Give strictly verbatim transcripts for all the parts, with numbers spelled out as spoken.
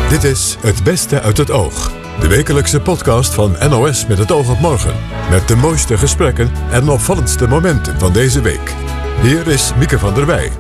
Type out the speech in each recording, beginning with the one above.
Dit is Het Beste uit het Oog. De wekelijkse podcast van N O S met het oog op morgen. Met de mooiste gesprekken en opvallendste momenten van deze week. Hier is Mieke van der Wij.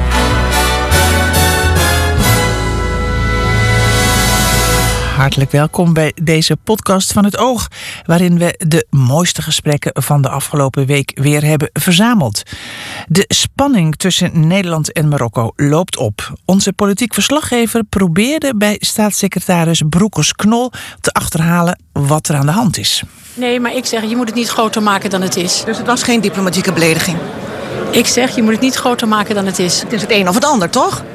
Hartelijk welkom bij deze podcast van het Oog, waarin we de mooiste gesprekken van de afgelopen week weer hebben verzameld. De spanning tussen Nederland en Marokko loopt op. Onze politiek verslaggever probeerde bij staatssecretaris Broekers-Knol te achterhalen wat er aan de hand is. Nee, maar ik zeg, je moet het niet groter maken dan het is. Dus het was geen diplomatieke belediging? Ik zeg, je moet het niet groter maken dan het is. Het is het een of het ander, toch?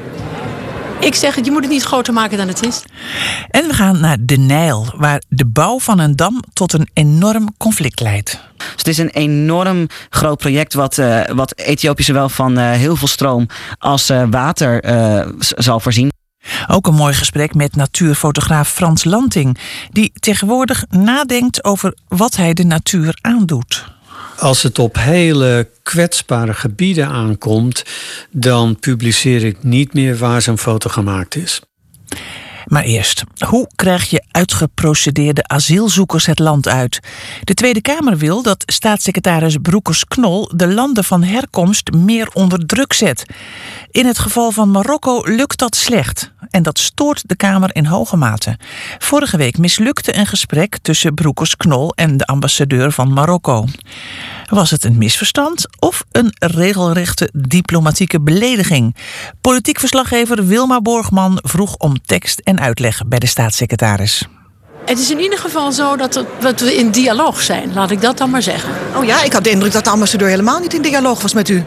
Ik zeg, je moet het niet groter maken dan het is. En we gaan naar de Nijl, waar de bouw van een dam tot een enorm conflict leidt. Dus het is een enorm groot project wat, uh, wat Ethiopië zowel van uh, heel veel stroom als uh, water uh, z- zal voorzien. Ook een mooi gesprek met natuurfotograaf Frans Lanting, die tegenwoordig nadenkt over wat hij de natuur aandoet. Als het op hele kwetsbare gebieden aankomt, dan publiceer ik niet meer waar zo'n foto gemaakt is. Maar eerst, hoe krijg je uitgeprocedeerde asielzoekers het land uit? De Tweede Kamer wil dat staatssecretaris Broekers-Knol de landen van herkomst meer onder druk zet. In het geval van Marokko lukt dat slecht. En dat stoort de Kamer in hoge mate. Vorige week mislukte een gesprek tussen Broekers-Knol en de ambassadeur van Marokko. Was het een misverstand of een regelrechte diplomatieke belediging? Politiek verslaggever Wilma Borgman vroeg om tekst en uitleg bij de staatssecretaris. Het is in ieder geval zo dat, het, dat we in dialoog zijn, laat ik dat dan maar zeggen. Oh ja, ik had de indruk dat de ambassadeur helemaal niet in dialoog was met u.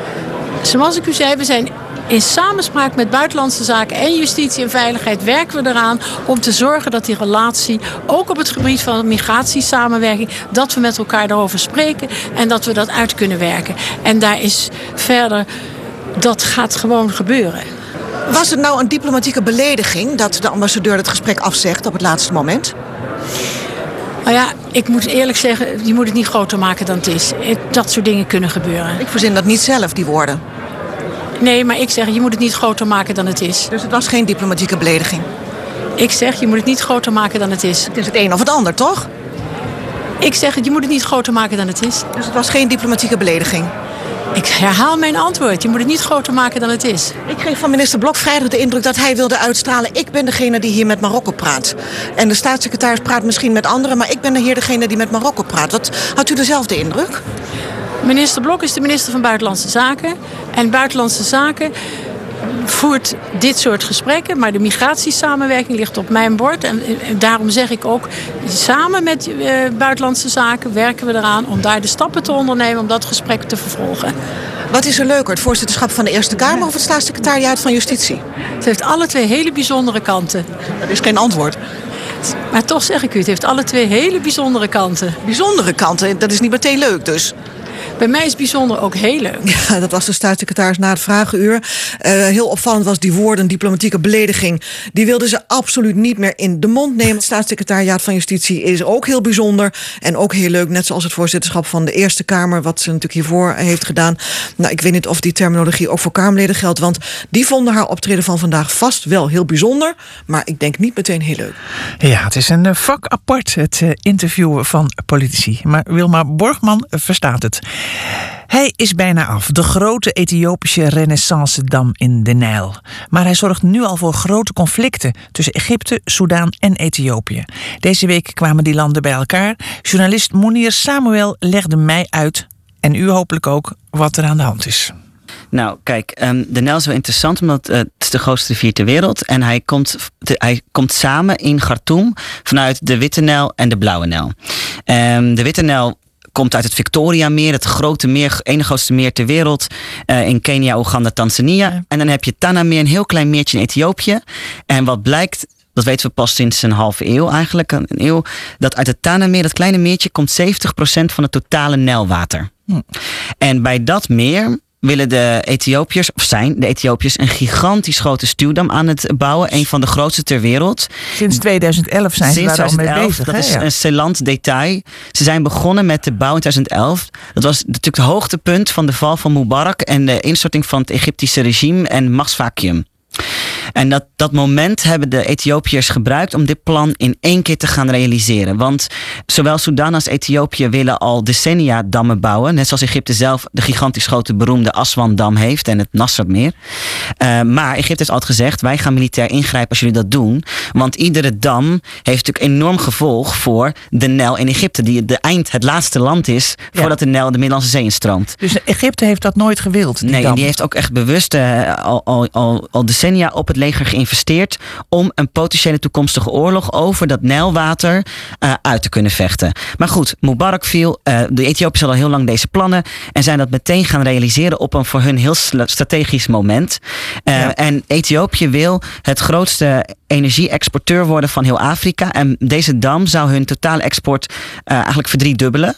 Zoals ik u zei, we zijn in samenspraak met Buitenlandse Zaken en Justitie en Veiligheid werken we eraan om te zorgen dat die relatie, ook op het gebied van migratiesamenwerking, dat we met elkaar daarover spreken en dat we dat uit kunnen werken. En daar is verder, dat gaat gewoon gebeuren. Was het nou een diplomatieke belediging dat de ambassadeur het gesprek afzegt op het laatste moment? Nou ja, ik moet eerlijk zeggen, je moet het niet groter maken dan het is. Dat soort dingen kunnen gebeuren. Ik verzin dat niet zelf, die woorden. Nee, maar ik zeg, je moet het niet groter maken dan het is. Dus het was geen diplomatieke belediging? Ik zeg, je moet het niet groter maken dan het is. Het is het een of het ander, toch? Ik zeg, je moet het niet groter maken dan het is. Dus het was geen diplomatieke belediging? Ik herhaal mijn antwoord. Je moet het niet groter maken dan het is. Ik kreeg van minister Blok vrijdag de indruk dat hij wilde uitstralen: ik ben degene die hier met Marokko praat. En de staatssecretaris praat misschien met anderen, maar ik ben hier degene die met Marokko praat. Wat, had u dezelfde indruk? Minister Blok is de minister van Buitenlandse Zaken. En Buitenlandse Zaken voert dit soort gesprekken. Maar de migratiesamenwerking ligt op mijn bord. En, en daarom zeg ik ook, samen met uh, Buitenlandse Zaken werken we eraan om daar de stappen te ondernemen om dat gesprek te vervolgen. Wat is er leuker, het voorzitterschap van de Eerste Kamer of het staatssecretariaat van Justitie? Het heeft alle twee hele bijzondere kanten. Dat is geen antwoord. Maar toch zeg ik u, het heeft alle twee hele bijzondere kanten. Bijzondere kanten, dat is niet meteen leuk dus. Bij mij is bijzonder ook heel leuk. Ja, dat was de staatssecretaris na het vragenuur. Uh, heel opvallend was die woorden, diplomatieke belediging. Die wilden ze absoluut niet meer in de mond nemen. Het staatssecretariaat van Justitie is ook heel bijzonder. En ook heel leuk, net zoals het voorzitterschap van de Eerste Kamer, wat ze natuurlijk hiervoor heeft gedaan. Nou, ik weet niet of die terminologie ook voor Kamerleden geldt, want die vonden haar optreden van vandaag vast wel heel bijzonder. Maar ik denk niet meteen heel leuk. Ja, het is een vak apart, het interviewen van politici. Maar Wilma Borgman verstaat het. Hij is bijna af, de grote Ethiopische Renaissance-dam in de Nijl. Maar hij zorgt nu al voor grote conflicten tussen Egypte, Soedan en Ethiopië. Deze week kwamen die landen bij elkaar. Journalist Mounir Samuel legde mij uit, en u hopelijk ook, wat er aan de hand is. Nou, kijk, um, de Nijl is wel interessant omdat uh, het is de grootste rivier ter wereld. En hij komt, de, hij komt samen in Khartoum vanuit de Witte Nijl en de Blauwe Nijl. Um, de Witte Nijl komt uit het Victoriameer, het grote meer, ene grootste meer ter wereld. Uh, in Kenia, Oeganda, Tanzania. Ja. En dan heb je Tana-meer, een heel klein meertje in Ethiopië. En wat blijkt, dat weten we pas sinds een halve eeuw eigenlijk, een eeuw, dat uit het Tana-meer, dat kleine meertje, komt zeventig procent van het totale Nijlwater. Hm. En bij dat meer willen de Ethiopiërs, of zijn de Ethiopiërs, een gigantisch grote stuwdam aan het bouwen. Een van de grootste ter wereld. Sinds tweeduizend elf zijn ze daar al mee bezig. Dat hè? is Ja. een saillant detail. Ze zijn begonnen met de bouw in tweeduizend elf. Dat was natuurlijk het hoogtepunt van de val van Mubarak en de instorting van het Egyptische regime en machtsvacuüm. En dat, dat moment hebben de Ethiopiërs gebruikt om dit plan in één keer te gaan realiseren. Want zowel Sudan als Ethiopië willen al decennia dammen bouwen. Net zoals Egypte zelf de gigantisch grote beroemde Aswan-dam heeft en het Nassermeer. Uh, maar Egypte heeft altijd gezegd, wij gaan militair ingrijpen als jullie dat doen. Want iedere dam heeft natuurlijk enorm gevolg voor de Nijl in Egypte. Die de eind, het laatste land is voordat ja. de Nijl de Middellandse Zee instroomt. Dus Egypte heeft dat nooit gewild? Die nee, dam. Die heeft ook echt bewust uh, al, al, al, al decennia op het leger geïnvesteerd om een potentiële toekomstige oorlog over dat Nijlwater uh, uit te kunnen vechten. Maar goed, Mubarak viel. Uh, de Ethiopiërs hadden al heel lang deze plannen en zijn dat meteen gaan realiseren op een voor hun heel strategisch moment. Uh, ja. En Ethiopië wil het grootste energie-exporteur worden van heel Afrika. En deze dam zou hun totale export uh, eigenlijk verdriedubbelen.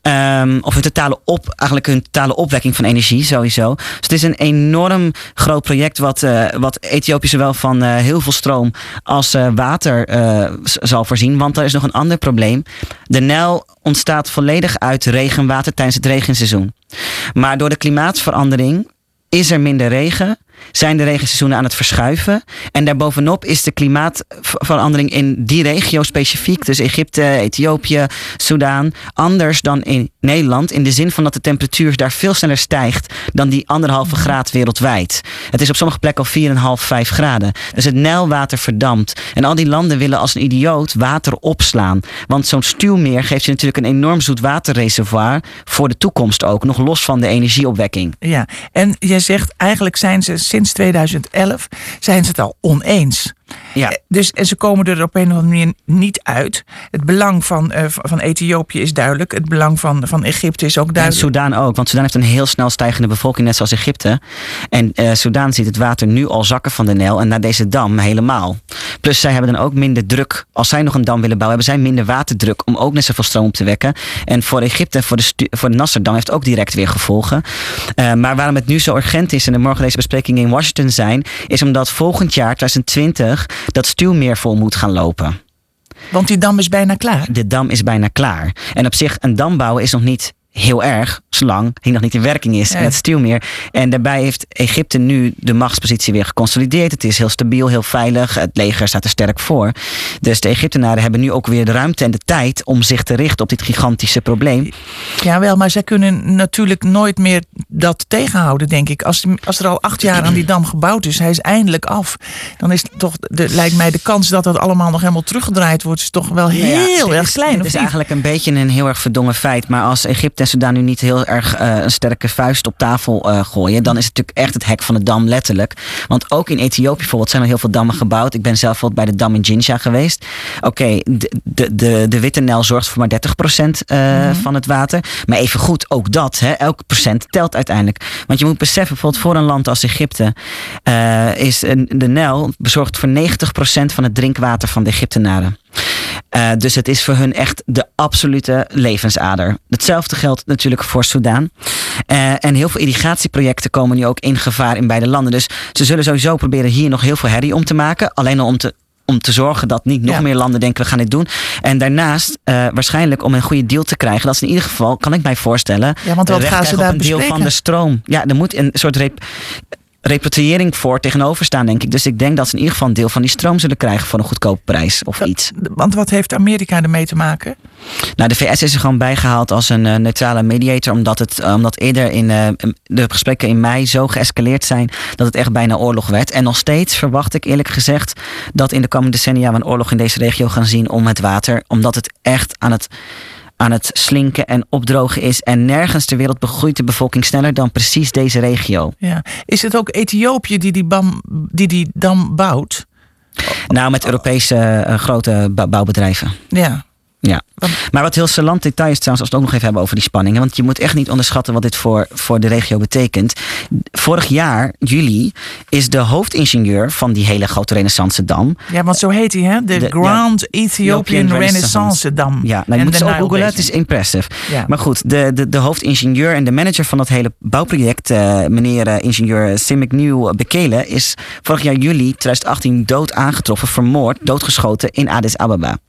Um, of hun totale, op, eigenlijk hun totale opwekking van energie sowieso. Dus het is een enorm groot project wat, uh, wat Ethiopië zowel van uh, heel veel stroom als uh, water uh, zal voorzien. Want er is nog een ander probleem. De Nijl ontstaat volledig uit regenwater tijdens het regenseizoen. Maar door de klimaatverandering is er minder regen, zijn de regenseizoenen aan het verschuiven. En daarbovenop is de klimaatverandering in die regio specifiek, dus Egypte, Ethiopië, Soedan, anders dan in Nederland. In de zin van dat de temperatuur daar veel sneller stijgt dan die anderhalve graad wereldwijd. Het is op sommige plekken al vier komma vijf, vijf graden. Dus het Nijlwater verdampt. En al die landen willen als een idioot water opslaan. Want zo'n stuwmeer geeft je natuurlijk een enorm zoetwaterreservoir voor de toekomst ook, nog los van de energieopwekking. Ja, en jij zegt eigenlijk zijn ze sinds tweeduizend elf zijn ze het al oneens. Ja. Dus en ze komen er op een of andere manier niet uit. Het belang van, uh, van Ethiopië is duidelijk. Het belang van, van Egypte is ook duidelijk. En Soedan ook, want Soedan heeft een heel snel stijgende bevolking, net zoals Egypte. En uh, Soedan ziet het water nu al zakken van de Nijl en naar deze dam helemaal. Plus zij hebben dan ook minder druk. Als zij nog een dam willen bouwen, hebben zij minder waterdruk om ook net zoveel stroom op te wekken. En voor Egypte, voor de, stu- voor de Nasserdam heeft ook direct weer gevolgen. Uh, maar waarom het nu zo urgent is en er morgen deze besprekingen in Washington zijn, is omdat volgend jaar, twintig twintig, dat stuwmeer vol moet gaan lopen. Want die dam is bijna klaar. De dam is bijna klaar. En op zich, een dam bouwen is nog niet heel erg, zolang hij nog niet in werking is, ja. met stuwmeer. En daarbij heeft Egypte nu de machtspositie weer geconsolideerd. Het is heel stabiel, heel veilig. Het leger staat er sterk voor. Dus de Egyptenaren hebben nu ook weer de ruimte en de tijd om zich te richten op dit gigantische probleem. Jawel, maar zij kunnen natuurlijk nooit meer dat tegenhouden, denk ik. Als, als er al acht jaar aan die dam gebouwd is, hij is eindelijk af. Dan is toch, de, lijkt mij, de kans dat dat allemaal nog helemaal teruggedraaid wordt, is toch wel heel ja, erg klein. Het is, is eigenlijk een beetje een heel erg verdongen feit. Maar als Egypte en Sudan nu niet heel erg uh, een sterke vuist op tafel uh, gooien, dan is het natuurlijk echt het hek van de dam, letterlijk. Want ook in Ethiopië bijvoorbeeld zijn er heel veel dammen gebouwd. Ik ben zelf bijvoorbeeld bij de dam in Jinja geweest. Oké, okay, de, de, de, de Witte Nijl zorgt voor maar dertig procent uh, mm-hmm. van het water. Maar even goed, ook dat, hè, elk procent telt uiteindelijk. Want je moet beseffen, bijvoorbeeld voor een land als Egypte uh, is de Nijl bezorgt voor negentig procent van het drinkwater van de Egyptenaren. Uh, dus het is voor hun echt de absolute levensader. Hetzelfde geldt natuurlijk voor Soedan. Uh, en heel veel irrigatieprojecten komen nu ook in gevaar in beide landen. Dus ze zullen sowieso proberen hier nog heel veel herrie om te maken. Alleen al om te om te zorgen dat niet nog ja. meer landen denken, we gaan dit doen. En daarnaast uh, waarschijnlijk om een goede deal te krijgen. Dat is in ieder geval, kan ik mij voorstellen, ja, want wat gaan ze daar een bespreken? deel van de stroom. Ja, er moet een soort rep- repatriëring voor tegenover staan, denk ik. Dus ik denk dat ze in ieder geval een deel van die stroom zullen krijgen voor een goedkope prijs of iets. Want wat heeft Amerika ermee te maken? Nou, de V S is er gewoon bijgehaald als een uh, neutrale mediator, omdat het uh, omdat eerder in uh, de gesprekken in mei zo geëscaleerd zijn dat het echt bijna oorlog werd. En nog steeds verwacht ik eerlijk gezegd dat in de komende decennia we een oorlog in deze regio gaan zien om het water, omdat het echt aan het aan het slinken en opdrogen is. En nergens ter wereld begroeit de bevolking sneller dan precies deze regio. Ja. Is het ook Ethiopië die die, bam, die, die dam bouwt? Nou, met Europese uh, grote bouwbedrijven. Ja. Ja, maar wat heel saillant detail is trouwens, als we het ook nog even hebben over die spanningen. Want je moet echt niet onderschatten wat dit voor, voor de regio betekent. Vorig jaar, juli, is de hoofdingenieur van die hele grote Renaissance Dam. Ja, want zo heet hij, hè? De, de Grand ja, Ethiopian Renaissance Dam. Ja, nou, je moet het ook googlen, het is impressive. Ja. Maar goed, de, de, de hoofdingenieur en de manager van dat hele bouwproject, uh, meneer uh, ingenieur Simeknieuw Bekele, is vorig jaar juli twintig achttien dood aangetroffen, vermoord, doodgeschoten in Addis Ababa.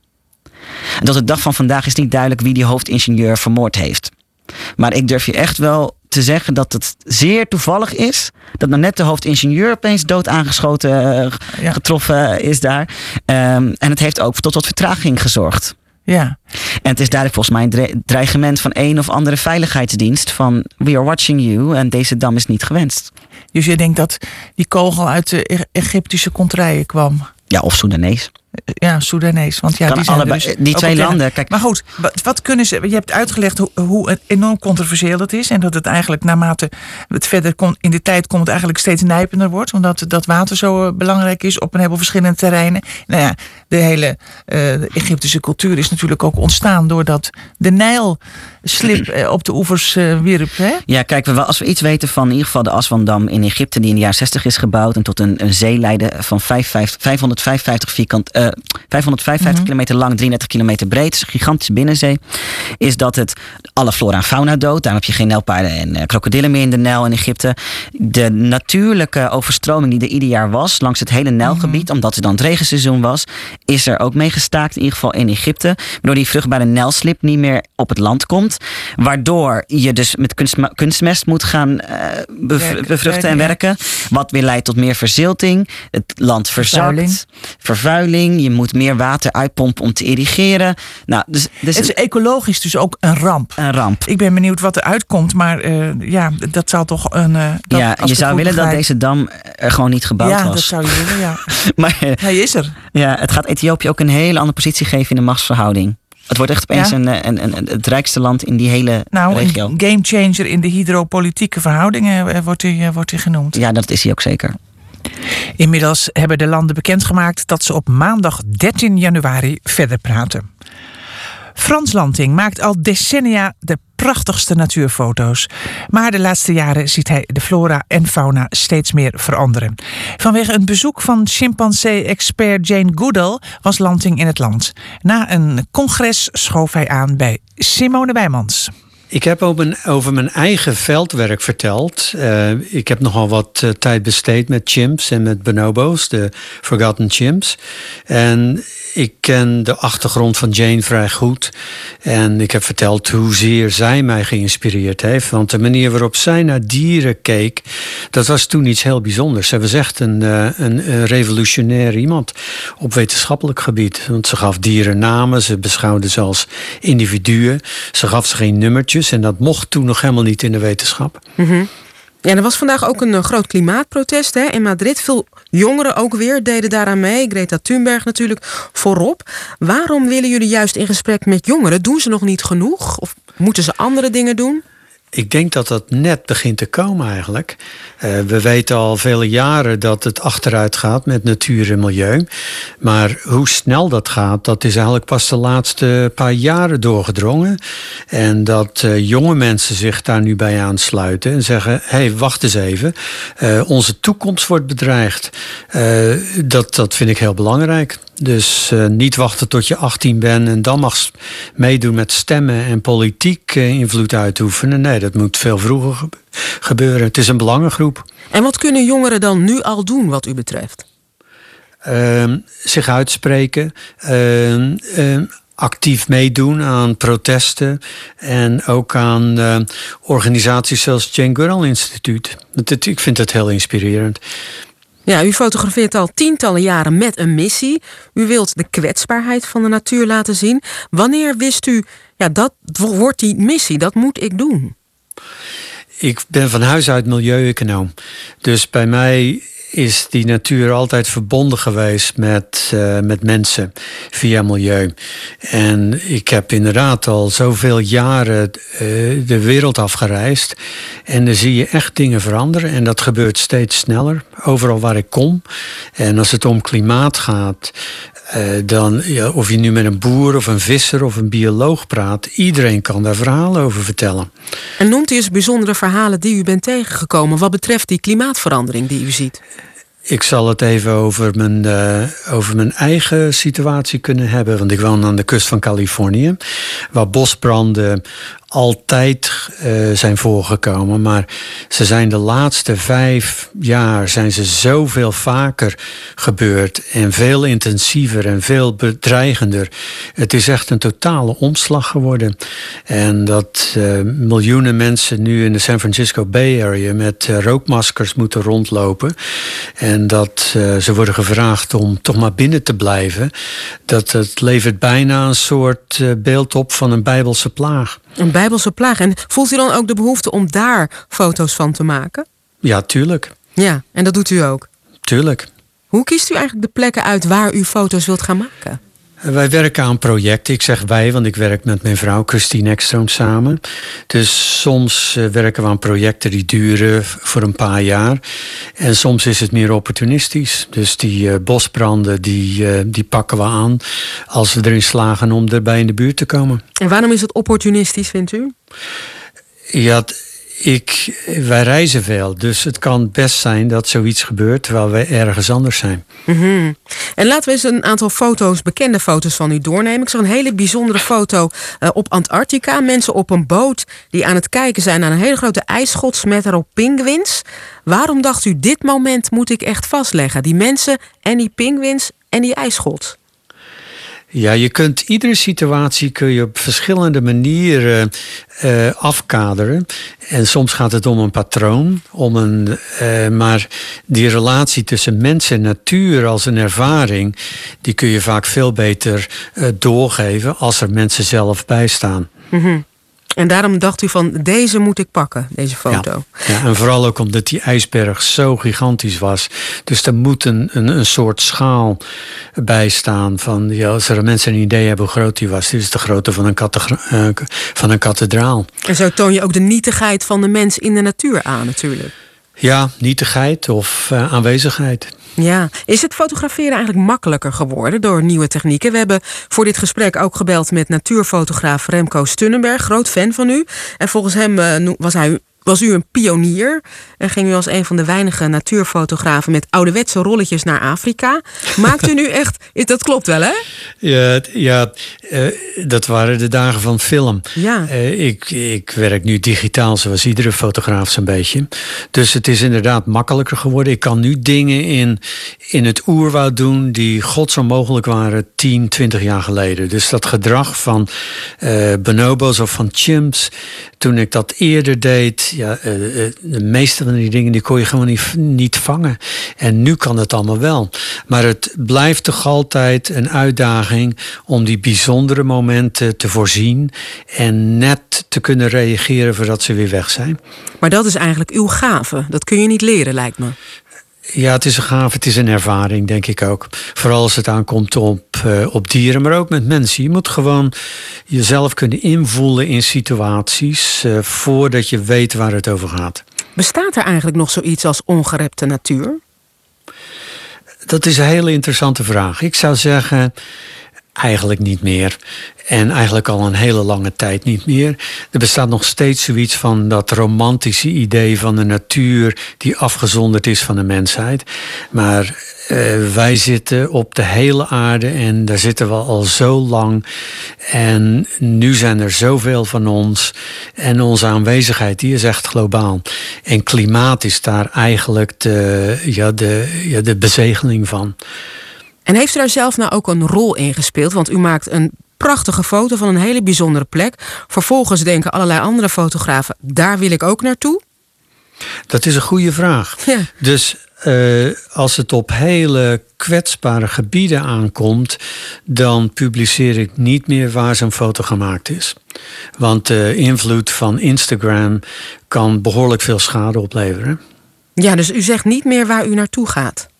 En tot de dag van vandaag is niet duidelijk wie die hoofdingenieur vermoord heeft. Maar ik durf je echt wel te te zeggen dat het zeer toevallig is dat nou net de hoofdingenieur opeens dood aangeschoten uh, ja. getroffen is daar. Um, en het heeft ook tot wat vertraging gezorgd. Ja. En het is duidelijk volgens mij een dreigement van een of andere veiligheidsdienst van we are watching you en deze dam is niet gewenst. Dus je denkt dat die kogel uit de Egyptische contraien kwam? Ja, of Soedanees. Ja, Soedanees. Want ja, kan die, zijn allebei, dus die twee landen. Kijk. Maar goed, wat, wat kunnen ze. Je hebt uitgelegd hoe, hoe enorm controversieel het is. En dat het eigenlijk naarmate het verder komt, in de tijd komt, het eigenlijk steeds nijpender wordt. Omdat dat water zo belangrijk is op een heleboel verschillende terreinen. Nou ja, de hele uh, de Egyptische cultuur is natuurlijk ook ontstaan doordat de Nijl slip uh, op de oevers uh, wierp. Hè? Ja, kijk, we, als we iets weten van in ieder geval de Aswandam in Egypte, die in de jaren zestig is gebouwd en tot een, een zee leidde van vijfhonderdvijfenvijftig vierkant. Uh, vijfhonderdvijfenvijftig mm-hmm. kilometer lang, drieëndertig kilometer breed. Dus een gigantische binnenzee. Is dat het alle flora en fauna doodt. Daarom heb je geen nijlpaarden en uh, krokodillen meer in de Nijl in Egypte. De natuurlijke overstroming die er ieder jaar was langs het hele Nijlgebied, mm-hmm. omdat het dan het regenseizoen was, is er ook mee gestaakt, in ieder geval in Egypte. Waardoor die vruchtbare Nijlslip niet meer op het land komt. Waardoor je dus met kunstma- kunstmest moet gaan uh, bev- werken, bevruchten en werken. Wat weer leidt tot meer verzilting. Het land verzakt. Vervuiling. Vervuiling. Je moet meer water uitpompen om te irrigeren. Nou, dus, dus het is ecologisch dus ook een ramp. Een ramp. Ik ben benieuwd wat er uitkomt, maar uh, ja, dat zou toch een... Uh, dat, ja, je zou willen begrijp... dat deze dam er gewoon niet gebouwd ja, was. Ja, dat zou je willen, ja. maar hij is er. Ja, het gaat Ethiopië ook een hele andere positie geven in de machtsverhouding. Het wordt echt opeens ja. een, een, een, een, het rijkste land in die hele nou, regio. Een gamechanger in de hydropolitieke verhoudingen wordt hij, wordt hij genoemd. Ja, dat is hij ook zeker. Inmiddels hebben de landen bekendgemaakt dat ze op maandag dertien januari verder praten. Frans Lanting maakt al decennia de prachtigste natuurfoto's. Maar de laatste jaren ziet hij de flora en fauna steeds meer veranderen. Vanwege een bezoek van chimpansee-expert Jane Goodall was Lanting in het land. Na een congres schoof hij aan bij Simone Wijmans. Ik heb over mijn, over mijn eigen veldwerk verteld. Uh, ik heb nogal wat uh, tijd besteed met chimps en met bonobo's, de forgotten chimps. En ik ken de achtergrond van Jane vrij goed. En ik heb verteld hoezeer zij mij geïnspireerd heeft. Want de manier waarop zij naar dieren keek, dat was toen iets heel bijzonders. Ze was echt een, een, een revolutionair iemand op wetenschappelijk gebied. Want ze gaf dieren namen, ze beschouwde ze als individuen. Ze gaf ze geen nummertjes. En dat mocht toen nog helemaal niet in de wetenschap. Mm-hmm. Ja, er was vandaag ook een uh, groot klimaatprotest hè, in Madrid. Veel jongeren ook weer deden daaraan mee. Greta Thunberg natuurlijk voorop. Waarom willen jullie juist in gesprek met jongeren? Doen ze nog niet genoeg? Of moeten ze andere dingen doen? Ik denk dat dat net begint te komen eigenlijk. Uh, we weten al vele jaren dat het achteruit gaat met natuur en milieu. Maar hoe snel dat gaat, dat is eigenlijk pas de laatste paar jaren doorgedrongen. En dat uh, jonge mensen zich daar nu bij aansluiten en zeggen, hé, hey, wacht eens even. Uh, onze toekomst wordt bedreigd. Uh, dat, dat vind ik heel belangrijk. Dus uh, niet wachten tot je achttien bent en dan mag meedoen met stemmen en politiek uh, invloed uitoefenen. Nee, dat moet veel vroeger gebeuren. Het is een belangengroep. En wat kunnen jongeren dan nu al doen wat u betreft? Uh, zich uitspreken. Uh, uh, actief meedoen aan protesten. En ook aan uh, organisaties zoals het Jane Goodall Instituut. Ik vind het heel inspirerend. Ja, u fotografeert al tientallen jaren met een missie. U wilt de kwetsbaarheid van de natuur laten zien. Wanneer wist u, ja, dat wordt die missie, dat moet ik doen? Ik ben van huis uit milieueconoom. Dus bij mij is die natuur altijd verbonden geweest met, uh, met mensen via milieu. En ik heb inderdaad al zoveel jaren uh, de wereld afgereisd. En dan zie je echt dingen veranderen. En dat gebeurt steeds sneller, overal waar ik kom. En als het om klimaat gaat, Uh, dan, ja, of je nu met een boer of een visser of een bioloog praat, iedereen kan daar verhalen over vertellen. En noemt u eens bijzondere verhalen die u bent tegengekomen wat betreft die klimaatverandering die u ziet? Ik zal het even over mijn, uh, over mijn eigen situatie kunnen hebben. Want ik woon aan de kust van Californië, waar bosbranden altijd uh, zijn voorgekomen. Maar ze zijn de laatste vijf jaar zijn ze zoveel vaker gebeurd. En veel intensiever en veel bedreigender. Het is echt een totale omslag geworden. En dat uh, miljoenen mensen nu in de San Francisco Bay Area met uh, rookmaskers moeten rondlopen. En dat uh, ze worden gevraagd om toch maar binnen te blijven. Dat het levert bijna een soort uh, beeld op van een Bijbelse plaag. Een Bijbelse plaag. En voelt u dan ook de behoefte om daar foto's van te maken? Ja, tuurlijk. Ja, en dat doet u ook? Tuurlijk. Hoe kiest u eigenlijk de plekken uit waar u foto's wilt gaan maken? Wij werken aan projecten. Ik zeg wij, want ik werk met mijn vrouw Christine Ekstroom samen. Dus soms uh, werken we aan projecten die duren voor een paar jaar. En soms is het meer opportunistisch. Dus die uh, bosbranden, die, uh, die pakken we aan als we erin slagen om erbij in de buurt te komen. En waarom is het opportunistisch, vindt u? Ja, ik, wij reizen veel. Dus het kan best zijn dat zoiets gebeurt terwijl wij ergens anders zijn. Mm-hmm. En laten we eens een aantal foto's, bekende foto's van u doornemen. Ik zag een hele bijzondere foto uh, op Antarctica. Mensen op een boot die aan het kijken zijn naar een hele grote ijsschots met erop pinguïns. Waarom dacht u, dit moment moet ik echt vastleggen? Die mensen en die pinguïns en die ijsschots. Ja, je kunt iedere situatie kun je op verschillende manieren uh, afkaderen. En soms gaat het om een patroon, om een, uh, maar die relatie tussen mens en natuur als een ervaring, die kun je vaak veel beter uh, doorgeven als er mensen zelf bij staan. Mm-hmm. En daarom dacht u van, deze moet ik pakken, deze foto. Ja, ja, en vooral ook omdat die ijsberg zo gigantisch was. Dus er moet een, een, een soort schaal bij staan. Van, ja, als er mensen een idee hebben hoe groot die was. Dit is de grootte van een, kathegra- uh, van een kathedraal. En zo toon je ook de nietigheid van de mens in de natuur aan natuurlijk. Ja, nietigheid of uh, aanwezigheid. Ja, is het fotograferen eigenlijk makkelijker geworden door nieuwe technieken? We hebben voor dit gesprek ook gebeld met natuurfotograaf Remco Stunnenberg, groot fan van u. En volgens hem uh, was, hij, was u een pionier en ging u als een van de weinige natuurfotografen met ouderwetse rolletjes naar Afrika. Maakt u nu echt, dat klopt wel hè? Ja, ja uh, dat waren de dagen van film. Ja. Uh, ik, ik werk nu digitaal zoals iedere fotograaf zo'n beetje. Dus het is inderdaad makkelijker geworden. Ik kan nu dingen in, in het oerwoud doen die godsonmogelijk waren tien, twintig jaar geleden. Dus dat gedrag van uh, bonobo's of van chimps, toen ik dat eerder deed, ja, uh, de meeste van die dingen die kon je gewoon niet, niet vangen. En nu kan het allemaal wel. Maar het blijft toch altijd een uitdaging om die bijzondere momenten te voorzien en net te kunnen reageren voordat ze weer weg zijn. Maar dat is eigenlijk uw gave. Dat kun je niet leren, lijkt me. Ja, het is een gave, het is een ervaring, denk ik ook. Vooral als het aankomt op, uh, op dieren, maar ook met mensen. Je moet gewoon jezelf kunnen invoelen in situaties uh, voordat je weet waar het over gaat. Bestaat er eigenlijk nog zoiets als ongerepte natuur? Dat is een hele interessante vraag. Ik zou zeggen, eigenlijk niet meer. En eigenlijk al een hele lange tijd niet meer. Er bestaat nog steeds zoiets van dat romantische idee van de natuur die afgezonderd is van de mensheid. Maar uh, wij zitten op de hele aarde en daar zitten we al zo lang. En nu zijn er zoveel van ons. En onze aanwezigheid die is echt globaal. En klimaat is daar eigenlijk de, ja, de, ja, de bezegeling van. En heeft u daar zelf nou ook een rol in gespeeld? Want u maakt een prachtige foto van een hele bijzondere plek. Vervolgens denken allerlei andere fotografen, daar wil ik ook naartoe. Dat is een goede vraag. Ja. Dus uh, als het op hele kwetsbare gebieden aankomt, dan publiceer ik niet meer waar zo'n foto gemaakt is. Want de invloed van Instagram kan behoorlijk veel schade opleveren. Ja, dus u zegt niet meer waar u naartoe gaat.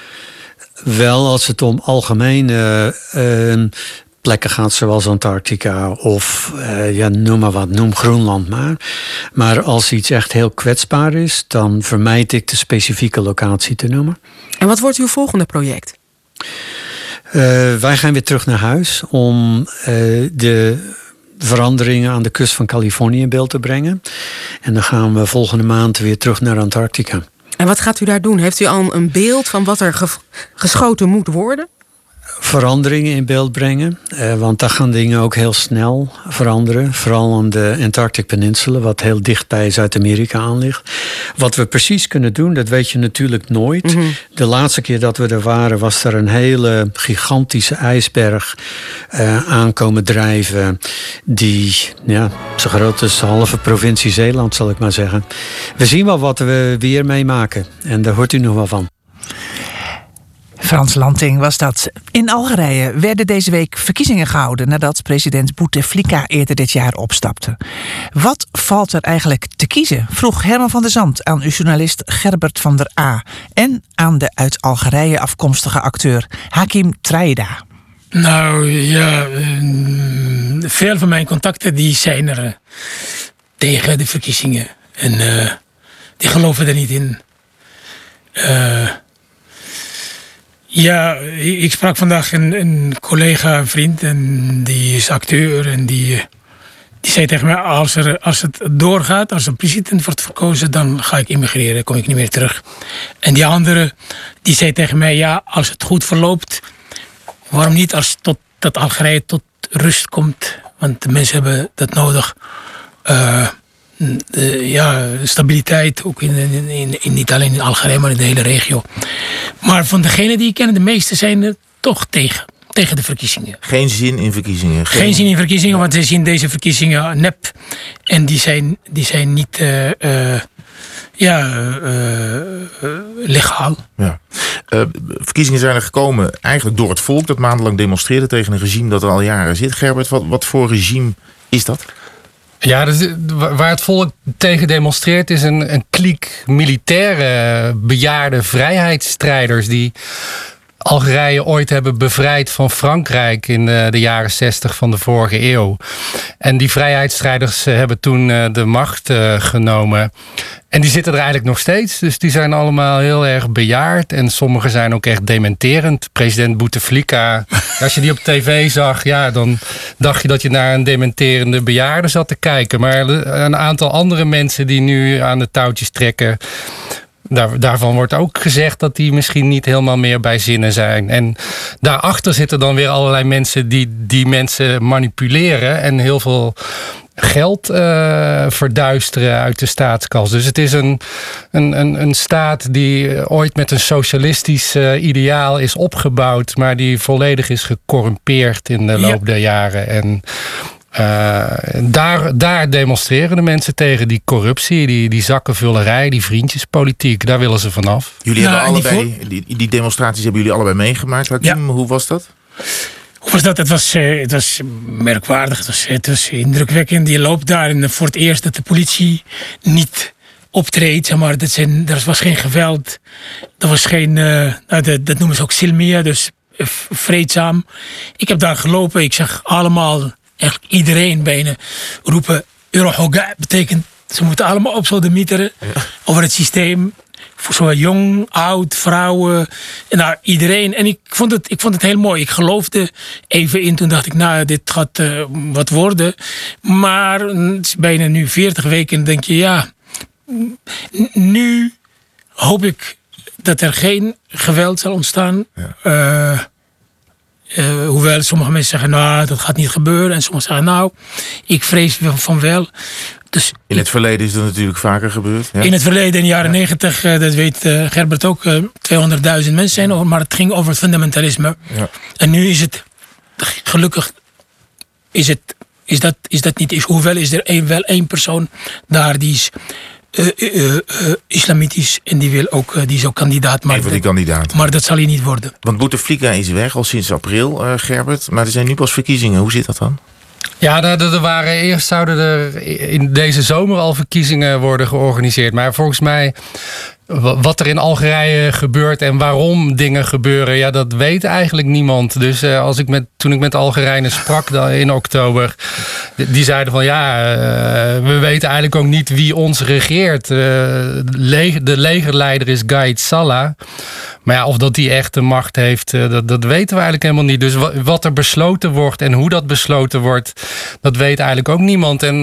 Wel als het om algemene uh, plekken gaat zoals Antarctica of uh, ja, noem maar wat, noem Groenland maar. Maar als iets echt heel kwetsbaar is, dan vermijd ik de specifieke locatie te noemen. En wat wordt uw volgende project? Uh, wij gaan weer terug naar huis om uh, de veranderingen aan de kust van Californië in beeld te brengen. En dan gaan we volgende maand weer terug naar Antarctica. En wat gaat u daar doen? Heeft u al een beeld van wat er ge- geschoten moet worden? veranderingen in beeld brengen. Uh, want daar gaan dingen ook heel snel veranderen. Vooral aan de Antarctic Peninsula, wat heel dicht bij Zuid-Amerika aan ligt. Wat we precies kunnen doen, dat weet je natuurlijk nooit. Mm-hmm. De laatste keer dat we er waren, was er een hele gigantische ijsberg uh, aankomen drijven. Die, ja, zo groot als de halve provincie Zeeland, zal ik maar zeggen. We zien wel wat we weer meemaken. En daar hoort u nog wel van. Frans Lanting was dat. In Algerije werden deze week verkiezingen gehouden nadat president Bouteflika eerder dit jaar opstapte. Wat valt er eigenlijk te kiezen? Vroeg Herman van der Zand aan journalist Gerbert van der A. en aan de uit Algerije afkomstige acteur Hakim Traida. Nou ja, veel van mijn contacten die zijn er uh, tegen de verkiezingen. En uh, die geloven er niet in. Uh, Ja, ik sprak vandaag een, een collega, een vriend, en die is acteur. En die, die zei tegen mij, als, er, als het doorgaat, als een president wordt verkozen, dan ga ik immigreren, kom ik niet meer terug. En die andere, die zei tegen mij, ja, als het goed verloopt, waarom niet als tot, dat Algerije tot rust komt? Want de mensen hebben dat nodig. Uh, De, ja, stabiliteit, ook in, in, in, niet alleen in Algerije, maar in de hele regio. Maar van degenen die ik ken, de meeste zijn er toch tegen. Tegen de verkiezingen. Geen zin in verkiezingen? Geen, Geen zin in verkiezingen, want ze zien deze verkiezingen nep. En die zijn, die zijn niet uh, uh, ja, uh, uh, legaal. Ja. Uh, verkiezingen zijn er gekomen eigenlijk door het volk dat maandenlang demonstreerde tegen een regime dat er al jaren zit. Gerbert, wat, wat voor regime is dat? Ja, dus waar het volk tegen demonstreert is een, een kliek militaire bejaarde vrijheidsstrijders die Algerije ooit hebben bevrijd van Frankrijk in de, de jaren zestig van de vorige eeuw. En die vrijheidsstrijders hebben toen de macht uh, genomen. En die zitten er eigenlijk nog steeds. Dus die zijn allemaal heel erg bejaard. En sommigen zijn ook echt dementerend. President Bouteflika, als je die op tv zag, ja, dan dacht je dat je naar een dementerende bejaarde zat te kijken. Maar een aantal andere mensen die nu aan de touwtjes trekken, Daar, daarvan wordt ook gezegd dat die misschien niet helemaal meer bij zinnen zijn. En daarachter zitten dan weer allerlei mensen die die mensen manipuleren en heel veel geld uh, verduisteren uit de staatskas. Dus het is een, een, een, een staat die ooit met een socialistisch uh, ideaal is opgebouwd, maar die volledig is gecorrumpeerd in de loop ja. der jaren. En Uh, daar, daar demonstreren de mensen tegen, die corruptie, die, die zakkenvullerij, die vriendjespolitiek. Daar willen ze vanaf. Jullie nou, hebben allebei, die, die demonstraties hebben jullie allebei meegemaakt. Hakim, ja. Hoe was dat? Hoe was dat? Het was, uh, het was merkwaardig, het was, het was indrukwekkend. Je loopt daar en voor het eerst dat de politie niet optreedt. Zeg maar, dat zijn, er was geen geweld. Er was geen, uh, nou, dat, dat noemen ze ook silmia, dus uh, vreedzaam. Ik heb daar gelopen, ik zag allemaal, eigenlijk iedereen bijna roepen, Eurohoga betekent, ze moeten allemaal op zo de mieteren ja. over het systeem. Voor zo jong, oud, vrouwen, en nou, iedereen. En ik vond, het, ik vond het heel mooi. Ik geloofde even in, toen dacht ik, nou, dit gaat uh, wat worden. Maar het is bijna nu veertig weken en denk je, ja, n- nu hoop ik dat er geen geweld zal ontstaan. Ja. Uh, Uh, hoewel sommige mensen zeggen, nou, dat gaat niet gebeuren. En sommigen zeggen, nou, ik vrees van wel. Dus in het verleden is dat natuurlijk vaker gebeurd. Ja. In het verleden, in de jaren negentig, ja. uh, dat weet uh, Gerbert ook, uh, tweehonderdduizend mensen zijn over. Maar het ging over fundamentalisme. Ja. En nu is het, gelukkig, is, het, is, dat, is dat niet. Is, hoewel is er een, wel één persoon daar die is Uh, uh, uh, uh, islamitisch en die wil ook, uh, die is ook kandidaat. Maar, van die kandidaten. Maar dat zal hij niet worden. Want Bouteflika is weg al sinds april, uh, Gerbert. Maar er zijn nu pas verkiezingen. Hoe zit dat dan? Ja, er, er waren, eerst zouden er in deze zomer al verkiezingen worden georganiseerd. Maar volgens mij, wat er in Algerije gebeurt en waarom dingen gebeuren, ja, dat weet eigenlijk niemand. Dus uh, als ik met, toen ik met Algerijnen sprak dan in oktober, die zeiden van ja, uh, we weten eigenlijk ook niet wie ons regeert. Uh, de legerleider is Gaid Salah. Maar ja, of dat die echt de macht heeft, uh, dat, dat weten we eigenlijk helemaal niet. Dus w- wat er besloten wordt en hoe dat besloten wordt, dat weet eigenlijk ook niemand. En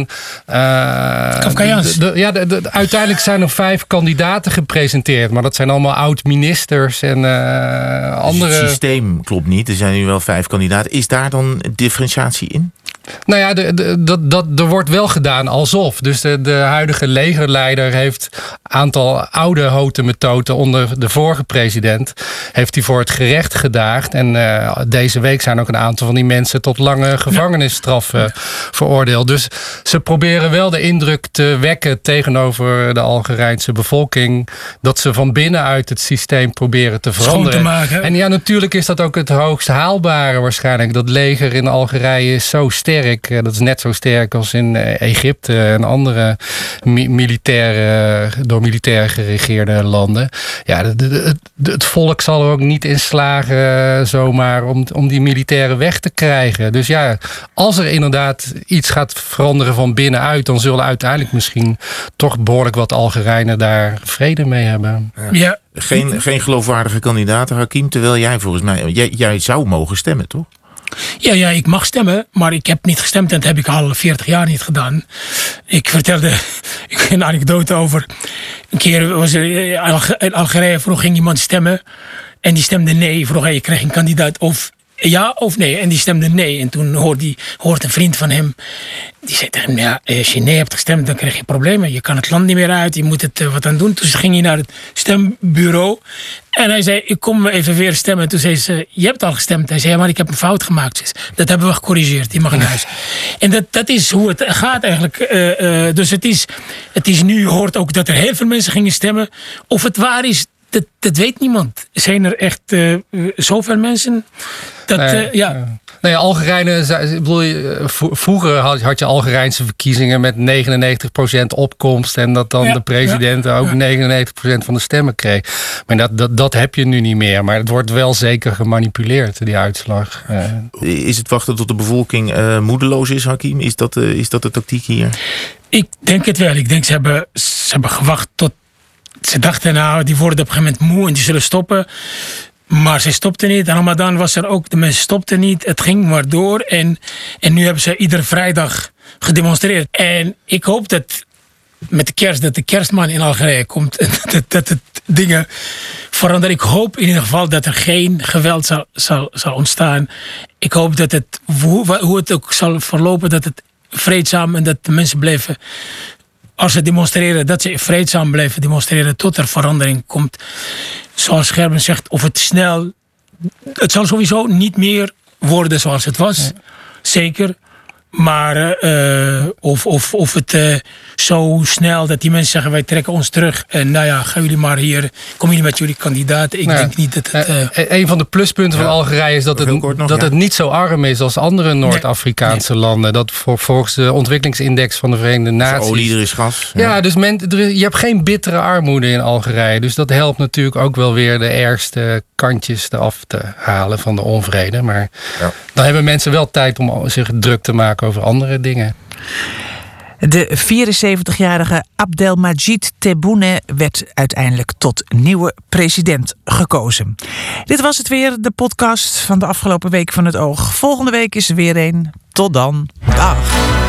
uh, Kafkaiaans. de, de, ja, de, de, uiteindelijk zijn er vijf kandidaten gepresenteerd, maar dat zijn allemaal oud-ministers en uh, andere. Dus het systeem klopt niet. Er zijn nu wel vijf kandidaten. Is daar dan differentiatie in? Nou ja, de, de, dat, dat, er wordt wel gedaan alsof. Dus de, de huidige legerleider heeft een aantal oude houten methoden onder de vorige president. Heeft hij voor het gerecht gedaagd. En uh, deze week zijn ook een aantal van die mensen tot lange gevangenisstraffen ja. veroordeeld. Dus ze proberen wel de indruk te wekken tegenover de Algerijnse bevolking dat ze van binnenuit het systeem proberen te veranderen. Schoon te maken. En ja, natuurlijk is dat ook het hoogst haalbare waarschijnlijk. Dat leger in Algerije is zo sterk. Dat is net zo sterk als in Egypte en andere mi- militaire, door militair geregeerde landen. Ja, de, de, de, het volk zal er ook niet in slagen zomaar om, om die militairen weg te krijgen. Dus ja, als er inderdaad iets gaat veranderen van binnenuit, dan zullen uiteindelijk misschien toch behoorlijk wat Algerijnen daar vrede mee hebben. Ja. Ja. Geen, geen geloofwaardige kandidaten, Hakim, terwijl jij volgens mij, jij, jij zou mogen stemmen, toch? Ja, ja, ik mag stemmen, maar ik heb niet gestemd en dat heb ik al veertig jaar niet gedaan. Ik vertelde ik een anekdote over. Een keer was er in Algerije, vroeg ging iemand stemmen en die stemde nee. Vroeg hij, je kreeg een kandidaat of ja of nee? En die stemde nee. En toen hoort, die, hoort een vriend van hem, die zei tegen hem, ja, als je nee hebt gestemd, dan krijg je problemen. Je kan het land niet meer uit, je moet het uh, wat aan doen. Toen ging hij naar het stembureau en hij zei, ik kom even weer stemmen. Toen zei ze, je hebt al gestemd. Hij zei, ja, maar ik heb een fout gemaakt. Zei, dat hebben we gecorrigeerd, die mag naar huis. En dat, dat is hoe het gaat eigenlijk. Uh, uh, dus het is, het is nu, je hoort ook dat er heel veel mensen gingen stemmen. Of het waar is, dat, dat weet niemand. Zijn er echt uh, zoveel mensen? Dat, nee, uh, ja... Nee, Algerijnen, ik bedoel, vroeger had je Algerijnse verkiezingen met negenennegentig procent opkomst en dat dan ja, de president ja, ook ja. negenennegentig procent van de stemmen kreeg. Maar dat, dat, dat heb je nu niet meer. Maar het wordt wel zeker gemanipuleerd, die uitslag. Is het wachten tot de bevolking uh, moedeloos is, Hakim? Is dat, uh, is dat de tactiek hier? Ik denk het wel. Ik denk ze hebben, ze hebben gewacht tot ze dachten, nou, die worden op een gegeven moment moe en die zullen stoppen. Maar ze stopten niet. Ramadan was er ook. De mensen stopten niet. Het ging maar door. En, en nu hebben ze iedere vrijdag gedemonstreerd. En ik hoop dat met de kerst, dat de kerstman in Algerije komt. En dat, dat het dingen veranderen. Ik hoop in ieder geval dat er geen geweld zal, zal, zal ontstaan. Ik hoop dat het, hoe, hoe het ook zal verlopen, dat het vreedzaam en dat de mensen blijven, als ze demonstreren, dat ze vreedzaam blijven demonstreren tot er verandering komt. Zoals Gerben zegt, of het snel... Het zal sowieso niet meer worden zoals het was. Nee. Zeker. Maar uh, of, of, of het uh, zo snel dat die mensen zeggen, wij trekken ons terug. En nou ja, gaan jullie maar hier, kom jullie met jullie kandidaten. Ik nou, denk niet dat het... Uh, een van de pluspunten ja. van Algerije is dat, het, nog, dat ja. het niet zo arm is als andere Noord-Afrikaanse nee. landen. Dat volgens de ontwikkelingsindex van de Verenigde Naties. Dus olie, er is gas. Ja, ja dus men, er is, je hebt geen bittere armoede in Algerije. Dus dat helpt natuurlijk ook wel weer de ergste kantjes eraf te halen van de onvrede. Maar ja. dan hebben mensen wel tijd om zich druk te maken over andere dingen. De vierenzeventigjarige Abdelmajid Tebboune werd uiteindelijk tot nieuwe president gekozen. Dit was het weer, de podcast van de afgelopen week van het Oog. Volgende week is er weer een. Tot dan. Dag.